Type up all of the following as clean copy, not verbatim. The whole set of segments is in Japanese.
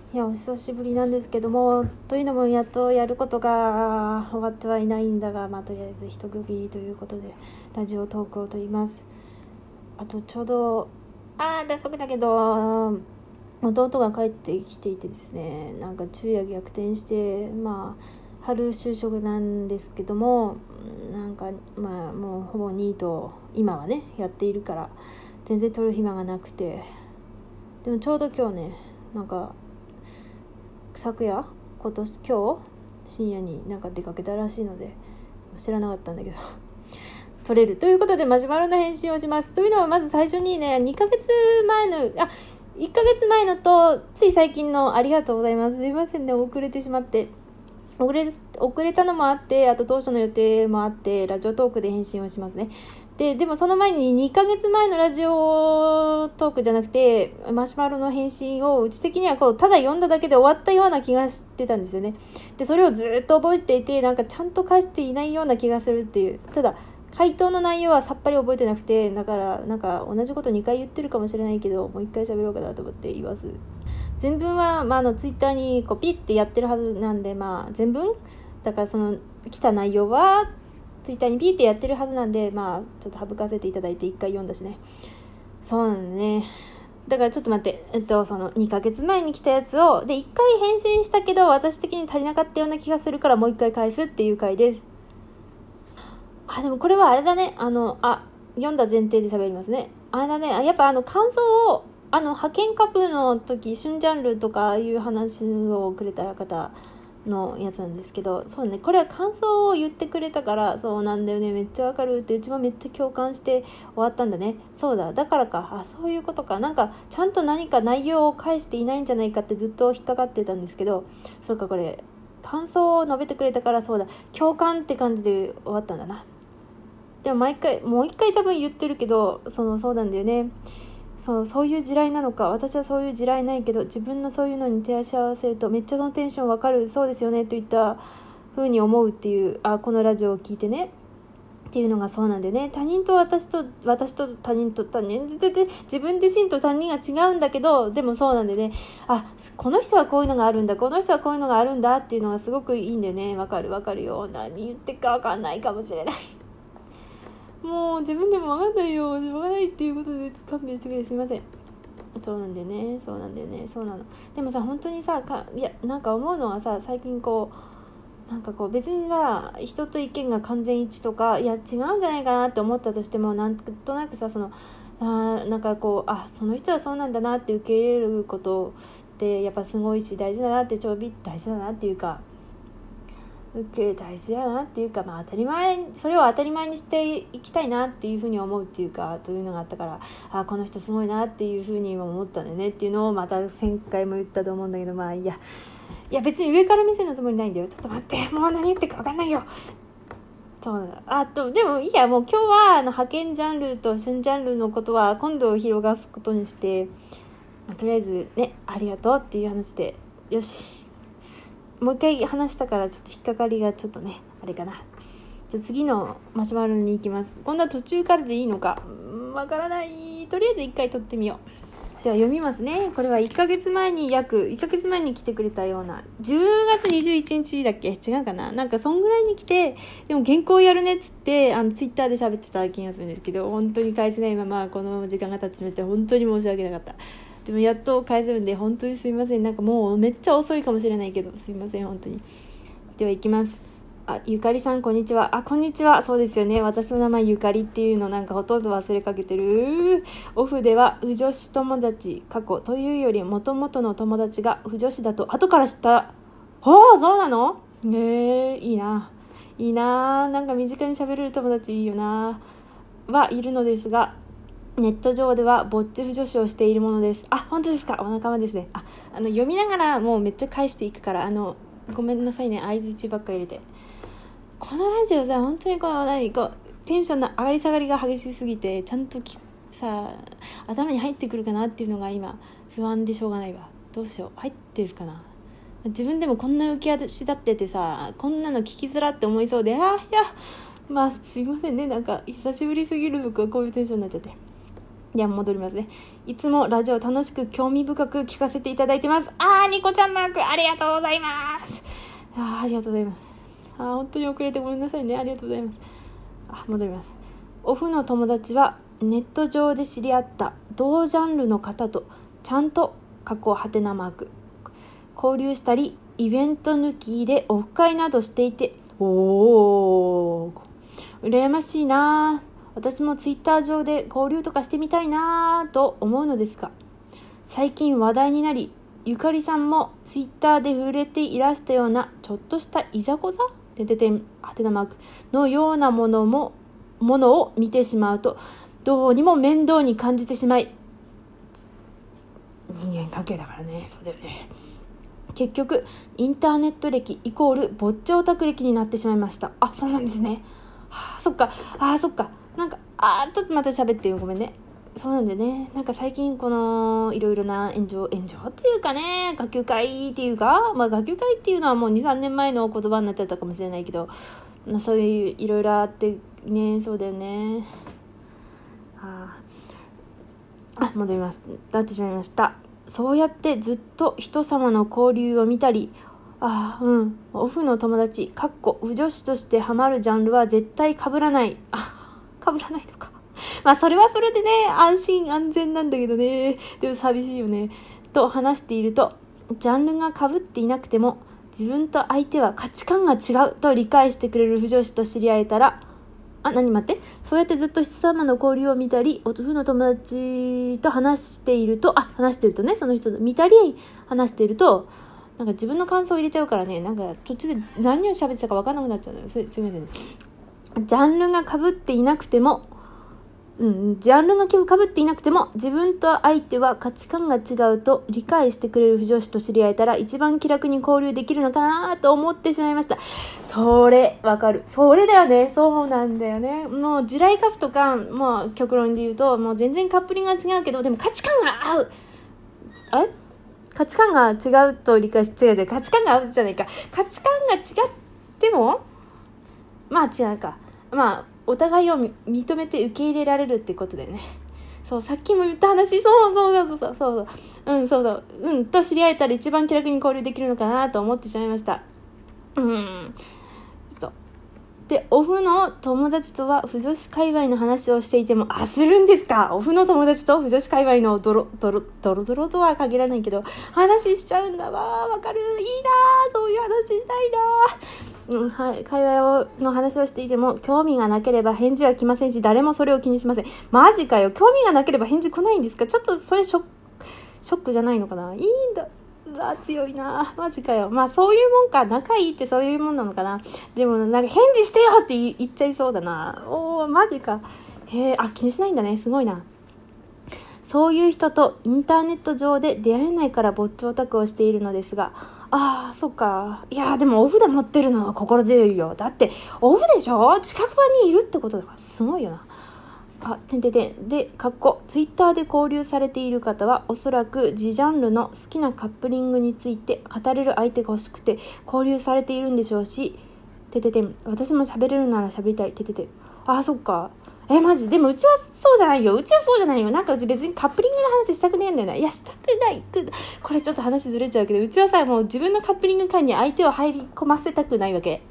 いやお久しぶりなんですけども、というのもやっとやることが終わってはいないんだが、とりあえず一区切りということでラジオトークを取ります。あとちょうど脱足だけど弟が帰ってきていてですね、なんか昼夜逆転して、春就職なんですけども、なんかもうほぼニート今はねやっているから全然取る暇がなくて、でもちょうど今日ね、なんか昨夜今日深夜になんか出かけたらしいので知らなかったんだけど取れるということでマシュマロの返信をします。というのはまず最初にね、1ヶ月前のとつい最近のありがとうございます。すいませんね、遅れてしまって、遅れたのもあって、あと当初の予定もあってラジオトークで返信をしますね。でもその前に2ヶ月前のラジオトークじゃなくてマシュマロの返信をうち的にはただ読んだだけで終わったような気がしてたんですよね。でそれをずっと覚えていて、なんかちゃんと返していないような気がするっていう、ただ回答の内容はさっぱり覚えてなくて、だからなんか同じこと2回言ってるかもしれないけど、もう1回喋ろうかなと思って言います。全文は、ツイッターにピッてやってるはずなんで、全文だからその来た内容はツイッターにピーってやってるはずなんで、ちょっと省かせていただいて1回読んだしね。そうなんだね。だからちょっと待って、その2ヶ月前に来たやつをで1回返信したけど私的に足りなかったような気がするからもう1回返すっていう回です。でもこれはあれだね、読んだ前提で喋りますね。あれだね、やっぱ感想を派遣カップの時旬ジャンルとかいう話をくれた方のやつなんですけど、そうね、これは感想を言ってくれたから、そうなんだよね、めっちゃわかるって、うちもめっちゃ共感して終わったんだね。そうだからか、そういうことか。なんかちゃんと何か内容を返していないんじゃないかってずっと引っかかってたんですけど、そうか、これ感想を述べてくれたから、そうだ、共感って感じで終わったんだな。でももう一回多分言ってるけど、そうなんだよね。そういう地雷なのか。私はそういう地雷ないけど、自分のそういうのに手足合わせるとめっちゃそのテンションわかる、そうですよねといった風に思うっていう、このラジオを聞いてねっていうのがそうなんだよね。他人と私と他人と他人で自分自身と他人が違うんだけど、でもそうなんだよね。この人はこういうのがあるんだ、この人はこういうのがあるんだっていうのがすごくいいんだよね。わかるよ。何言ってるかわかんないかもしれないもう自分でも分かんないよ、しょうがないっていうことで勘弁してくれ、すいません。そうなんだよね。そうなの。でもさ、本当にさ、なんか思うのはさ、最近なんか別にさ、人と意見が完全一致とか、違うんじゃないかなって思ったとしても、なんとなくさ、なんかその人はそうなんだなって受け入れることってやっぱすごいし、大事だなって大事だなっていうか、大事だなっていうか、それを当たり前にしていきたいなっていうふうに思うっていうか、というのがあったから、この人すごいなっていうふうに思ったんだよねっていうのをまた1000回も言ったと思うんだけど、いや別に上から目線のつもりないんだよ。ちょっと待って、もう何言ってるか分かんないよ。そうだ。でもいいや、もう今日は派遣ジャンルと旬ジャンルのことは今度広がすことにして、とりあえずね、ありがとうっていう話でよし。もう一回話したからちょっと引っかかりがちょっとね、あれかな。じゃあ次のマシュマロに行きます。今度は途中からでいいのかわからない。とりあえず一回撮ってみよう。では読みますね。これは約1ヶ月前に来てくれたような、10月21日だっけ、違うかな、なんかそんぐらいに来て、でも原稿やるねっつってツイッターで喋ってた気がするんですけど、本当に返せないままこの時間が経ちまして本当に申し訳なかった。でもやっと返せるんで本当にすいません。なんかもうめっちゃ遅いかもしれないけどすいません本当に。では行きます。ゆかりさんこんにちは。こんにちは。そうですよね、私の名前ゆかりっていうのなんかほとんど忘れかけてる。オフでは不女子友達過去というより元々の友達が不女子だと後から知った。そうなのね。いいななんか身近に喋れる友達いいよなはいるのですが、ネット上ではぼっち不女子をしているものです。本当ですか。お仲間ですね。読みながらもうめっちゃ返していくから、ごめんなさいね、相槌ばっか入れて。このラジオさ、本当にテンションの上がり下がりが激しすぎて、ちゃんとさ頭に入ってくるかなっていうのが今不安でしょうがないわ。どうしよう、入ってるかな。自分でもこんな浮き足立っててさ、こんなの聞きづらって思いそうで、すいませんね、なんか久しぶりすぎるのかこういうテンションになっちゃって。 では戻りますね。いつもラジオ楽しく興味深く聞かせていただいてます。ニコちゃんマークありがとうございます。ありがとうございます。本当に遅れてごめんなさいね。ありがとうございます。戻ります。オフの友達はネット上で知り合った同ジャンルの方とちゃんとハテナマーク交流したり、イベント抜きでオフ会などしていて、羨ましいな。私もツイッター上で交流とかしてみたいなと思うのですが、最近話題になり、ゆかりさんもツイッターで触れていらしたようなちょっとしたいざこざハテナマークのようなものを見てしまうと、どうにも面倒に感じてしまい、人間関係だからね。そうだよね。結局インターネット歴イコールぼっちオタク歴になってしまいました。そうなんですね。そっかなんかちょっとまた喋ってよ、ごめんね。そうなんでね、なんか最近このいろいろな炎上っていうかね、学級会っていうか、学級会っていうのはもう 2,3 年前の言葉になっちゃったかもしれないけど、そういういろいろあってね。そうだよね。戻ります。なってしまいました。そうやってずっと人様の交流を見たり、オフの友達不女子としてハマるジャンルは絶対被らないのか。それはそれでね、安心安全なんだけどね。でも寂しいよねと話していると、ジャンルが被っていなくても自分と相手は価値観が違うと理解してくれる不女子と知り合えたら、そうやってずっと人様の交流を見たり、オフの友達と話しているとね、その人と見たり話していると、なんか自分の感想を入れちゃうからね、なんか途中で何を喋ってたか分かんなくなっちゃうのよ。すいませんね。ジャンルが被っていなくても、自分と相手は価値観が違うと理解してくれる不女子と知り合えたら一番気楽に交流できるのかなと思ってしまいました。それわかる。それだよね。そうなんだよね。もう地雷カフとか、もう極論で言うと、もう全然カップリングが違うけど、でも価値観が合う。価値観が違うと理解し、違う。価値観が合うじゃないか。価値観が違っても、違うか。お互いを認めて受け入れられるってことだよね。そう、さっきも言った話、と知り合えたら一番気楽に交流できるのかなと思ってしまいました。で、オフの友達とは不女子界隈の話をしていても、するんですか？オフの友達と不女子界隈のドロとは限らないけど、話しちゃうんだわ。わかる。いいな。そういう話したいな。界隈の話をしていても、興味がなければ返事は来ませんし、誰もそれを気にしません。マジかよ。興味がなければ返事来ないんですか？ちょっとそれショックじゃないのかな。いいんだ。強いな。マジかよ。そういうもんか。仲いいってそういうもんなのかな。でもなんか返事してよって言っちゃいそうだな。マジか。気にしないんだね。すごいな。そういう人とインターネット上で出会えないからぼっちオタクをしているのですが、そっか。いやでもオフで持ってるのは心強いよ。だってオフでしょ？近く場にいるってことだからすごいよな。で、ツイッターで交流されている方はおそらく自ジャンルの好きなカップリングについて語れる相手が欲しくて交流されているんでしょうし、私も喋れるなら喋りたい。そっか。マジでもうちはそうじゃないよ。なんかうち別にカップリングの話したくねえんだよな。いや、したくない。これちょっと話ずれちゃうけど、うちはさ、もう自分のカップリング間に相手を入り込ませたくないわけ。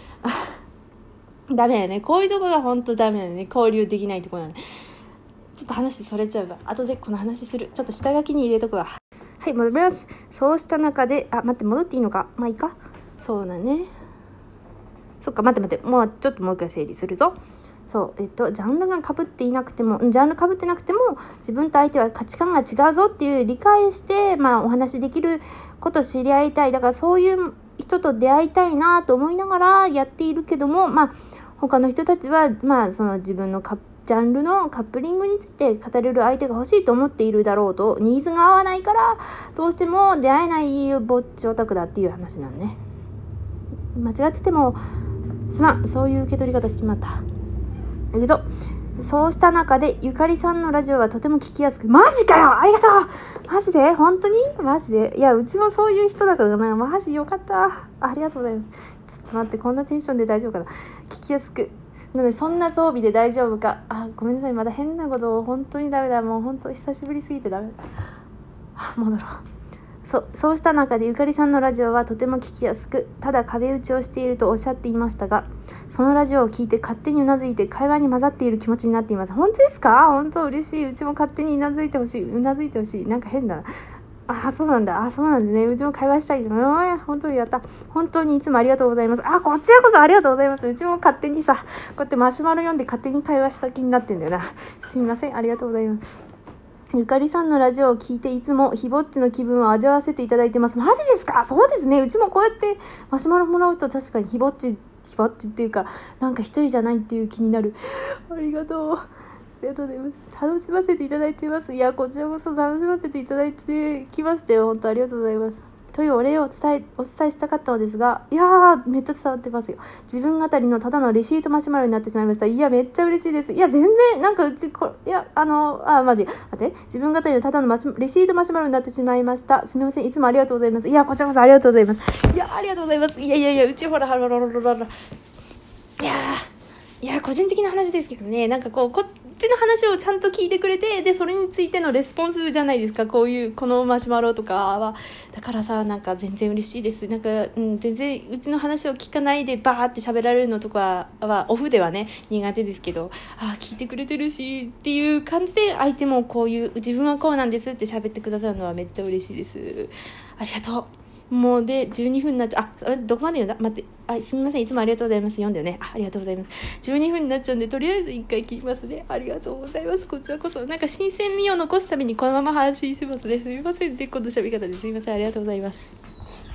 ダメだよね。こういうとこが本当ダメだよね。交流できないところなの。ちょっと話それちゃうわ。後でこの話する。ちょっと下書きに入れとくわ。はい、戻ります。そうした中で、戻っていいのか。いいか。そうだね。そっか、待って。もう一回整理するぞ。そう、ジャンルが被ってなくても、自分と相手は価値観が違うぞっていう理解して、お話できることを知り合いたい。だからそういう人と出会いたいなと思いながらやっているけども、他の人たちは、その自分のジャンルのカップリングについて語れる相手が欲しいと思っているだろうと、ニーズが合わないからどうしても出会えないぼっちオタクだっていう話なのね。間違っててもそういう受け取り方しちまった。そうした中でゆかりさんのラジオはとても聞きやすく、マジかよ、ありがとう。マジで本当にマジで、いやうちもそういう人だからな。マジよかった、ありがとうございます。ちょっと待って、こんなテンションで大丈夫かな。聞きやすく、 なのでそんな装備で大丈夫か。ごめんなさい、まだ変なことを本当にダメだ。もう本当久しぶりすぎてダメだ。戻ろう。そうした中でゆかりさんのラジオはとても聞きやすく、ただ壁打ちをしているとおっしゃっていましたが、そのラジオを聞いて勝手にうなずいて会話に混ざっている気持ちになっています。本当ですか？本当嬉しい。うちも勝手にうなずいてほしい。なんか変だな。そうなんだ。そうなんですね。うちも会話したい。本当にやった。本当にいつもありがとうございます。こちらこそありがとうございます。うちも勝手にさ、こうやってマシュマロ読んで勝手に会話した気になってんだよな。すみません。ありがとうございます。ゆかりさんのラジオを聞いていつもひぼっちの気分を味わわせていただいてます。マジですか？そうですね。うちもこうやってマシュマロもらうと確かにひぼっちっていうか、なんか一人じゃないっていう気になる。ありがとうございます。楽しませていただいています。いや、こちらこそ楽しませていただいてきましたよ。本当ありがとうございます。というお礼をお伝えしたかったのですが、いやー、めっちゃ伝わってますよ。自分語りのただのレシートマシュマロになってしまいました。いや、めっちゃ嬉しいです。いや、全然、なんかうち、待って。自分語りのただのレシートマシュマロになってしまいました。すみません。いつもありがとうございます。いや、こちらこそありがとうございます。いや、ありがとうございます。いや、うちほら。いや個人的な話ですけどね、なんかこっちの話をちゃんと聞いてくれて、でそれについてのレスポンスじゃないですか、このマシュマロとかは。だからさ、なんか全然嬉しいです。なんか、全然うちの話を聞かないでバーって喋られるのとかはオフではね苦手ですけど、聞いてくれてるしっていう感じで、相手もこういう自分はこうなんですって喋ってくださるのはめっちゃ嬉しいです。ありがとう。もうで12分になっちゃう。どこまで読んだ？待って。すみません。いつもありがとうございます。読んだよね。ありがとうございます。12分になっちゃうんで、とりあえず1回切りますね。ありがとうございます。こちらこそ。なんか新鮮味を残すためにこのまま配信してますね。すみません。で、今度喋り方ですみません。ありがとうございます。